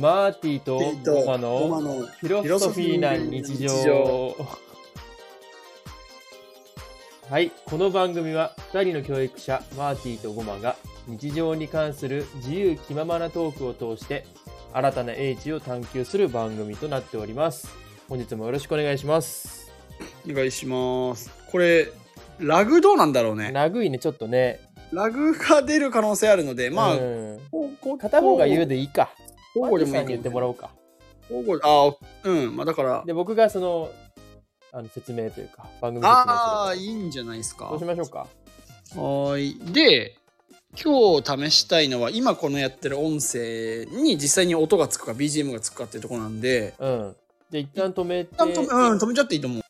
マーティとゴマのフィロソフィーな日常。はい、この番組は2人の教育者マーティとゴマが日常に関する自由気ままなトークを通して新たな英知を探求する番組となっております。本日もよろしくお願いします。 お願いします。これラグどうなんだろうね。 ラグいね、ちょっとね。 ラグが出る可能性あるので、まあ、 片方が言うでいいか。 交互でもいいさんに言ってもらおうか。 まあだから。 で、僕がその説明というか、番組説明する。 いいんじゃないですか。 そうしましょうか。 はい。で、今日試したいのは、今このやってる音声に実際に音がつくか、BGM がつくかっていうところなんで、 で、一旦止めて。 止めちゃっていいと思う。